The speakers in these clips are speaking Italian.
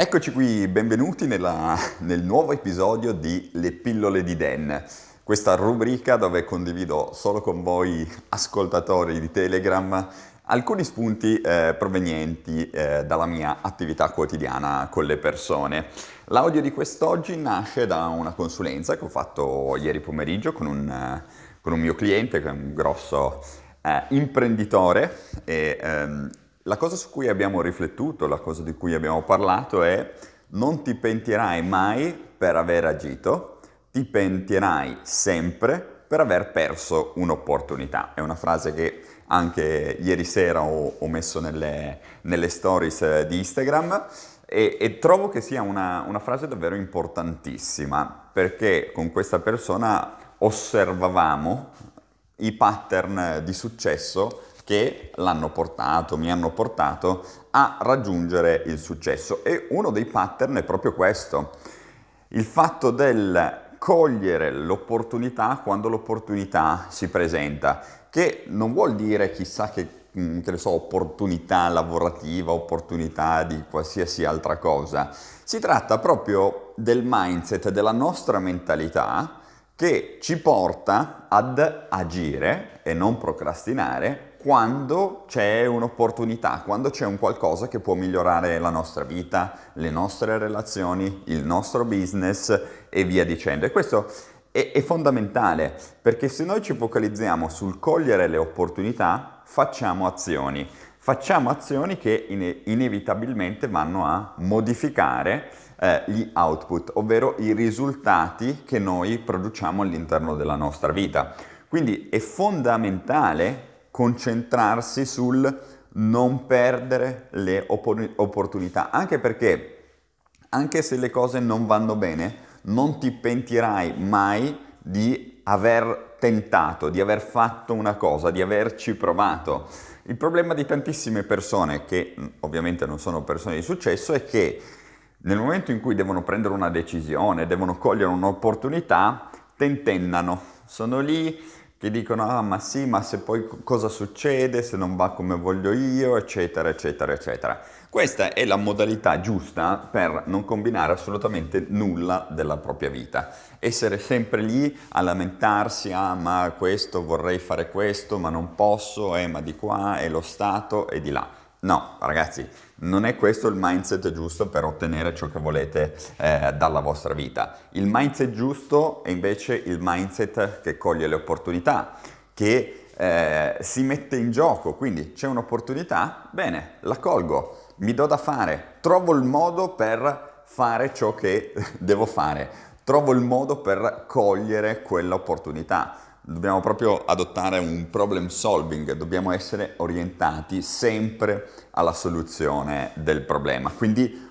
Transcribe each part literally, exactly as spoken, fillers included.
Eccoci qui, benvenuti nella- nel nuovo episodio di Le pillole di Dan, questa rubrica dove condivido solo con voi ascoltatori di Telegram alcuni spunti eh, provenienti eh, dalla mia attività quotidiana con le persone. L'audio di quest'oggi nasce da una consulenza che ho fatto ieri pomeriggio con un, eh, con un mio cliente che è un grosso eh, imprenditore e ehm, la cosa su cui abbiamo riflettuto, la cosa di cui abbiamo parlato è: non ti pentirai mai per aver agito, ti pentirai sempre per aver perso un'opportunità. È una frase che anche ieri sera ho, ho messo nelle, nelle stories eh, di Instagram e, e trovo che sia una, una frase davvero importantissima, perché con questa persona osservavamo i pattern di successo che l'hanno portato, mi hanno portato a raggiungere il successo. E uno dei pattern è proprio questo: il fatto del cogliere l'opportunità quando l'opportunità si presenta, che non vuol dire chissà che, mm, che ne so, opportunità lavorativa, opportunità di qualsiasi altra cosa. Si tratta proprio del mindset, della nostra mentalità, che ci porta ad agire e non procrastinare quando c'è un'opportunità, quando c'è un qualcosa che può migliorare la nostra vita, le nostre relazioni, il nostro business e via dicendo. E questo è, è fondamentale, perché se noi ci focalizziamo sul cogliere le opportunità, facciamo azioni. Facciamo azioni che ine- inevitabilmente vanno a modificare eh, gli output, ovvero i risultati che noi produciamo all'interno della nostra vita. Quindi è fondamentale concentrarsi sul non perdere le oppor- opportunità, anche perché, anche se le cose non vanno bene, non ti pentirai mai di aver tentato, di aver fatto una cosa, di averci provato. Il problema di tantissime persone, che ovviamente non sono persone di successo, è che nel momento in cui devono prendere una decisione, devono cogliere un'opportunità, tentennano. Sono lì che dicono: ah, ma sì, ma se poi cosa succede se non va come voglio io, eccetera, eccetera, eccetera. Questa è la modalità giusta per non combinare assolutamente nulla della propria vita. Essere sempre lì a lamentarsi: ah, ma questo, vorrei fare questo, ma non posso, eh, ma di qua, è lo Stato, e di là. No, ragazzi, non è questo il mindset giusto per ottenere ciò che volete eh, dalla vostra vita. Il mindset giusto è invece il mindset che coglie le opportunità, che eh, si mette in gioco. Quindi c'è un'opportunità, bene, la colgo, mi do da fare, trovo il modo per fare ciò che devo fare, trovo il modo per cogliere quell'opportunità. Dobbiamo proprio adottare un problem solving, dobbiamo essere orientati sempre alla soluzione del problema. Quindi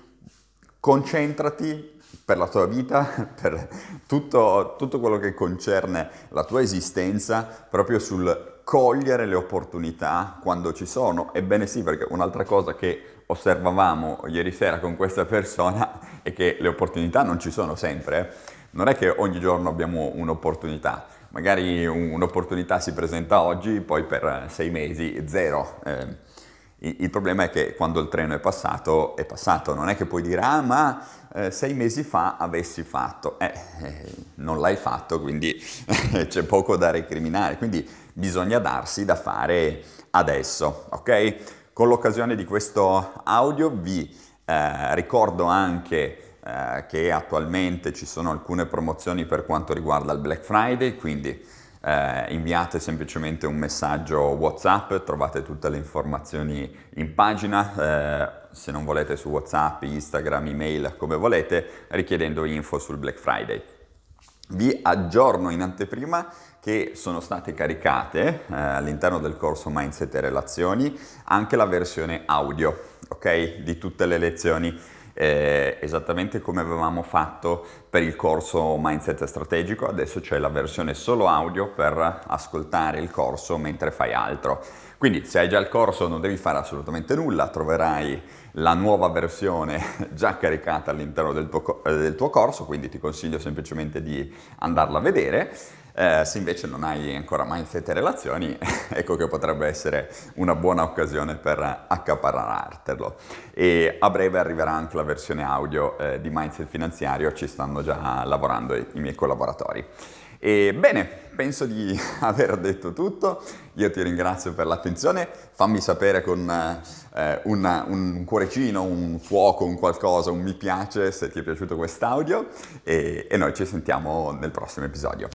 concentrati per la tua vita, per tutto, tutto quello che concerne la tua esistenza, proprio sul cogliere le opportunità quando ci sono. Ebbene sì, perché un'altra cosa che osservavamo ieri sera con questa persona è che le opportunità non ci sono sempre. eh. Non è che ogni giorno abbiamo un'opportunità. Magari un'opportunità si presenta oggi, poi per sei mesi zero. Eh, il problema è che quando il treno è passato, è passato. Non è che puoi dire: ah, ma eh, sei mesi fa avessi fatto. Eh, eh, non l'hai fatto, quindi c'è poco da recriminare. Quindi bisogna darsi da fare adesso, ok? Con l'occasione di questo audio vi eh, ricordo anche eh, che attualmente ci sono alcune promozioni per quanto riguarda il Black Friday, quindi eh, inviate semplicemente un messaggio WhatsApp, trovate tutte le informazioni in pagina, eh, se non volete su WhatsApp, Instagram, email, come volete, richiedendo info sul Black Friday. Vi aggiorno in anteprima che sono state caricate eh, all'interno del corso Mindset e Relazioni anche la versione audio, ok? Di tutte le lezioni, eh, esattamente come avevamo fatto per il corso Mindset Strategico. Adesso c'è la versione solo audio per ascoltare il corso mentre fai altro. Quindi se hai già il corso non devi fare assolutamente nulla, troverai la nuova versione già caricata all'interno del tuo, del tuo corso, quindi ti consiglio semplicemente di andarla a vedere. Eh, se invece non hai ancora mindset e relazioni, ecco che potrebbe essere una buona occasione per accaparrartelo. E a breve arriverà anche la versione audio eh, di Mindset Finanziario, ci stanno già lavorando i, i miei collaboratori. E bene, penso di aver detto tutto, io ti ringrazio per l'attenzione, fammi sapere con eh, una, un cuoricino, un fuoco, un qualcosa, un mi piace se ti è piaciuto quest'audio e, e noi ci sentiamo nel prossimo episodio.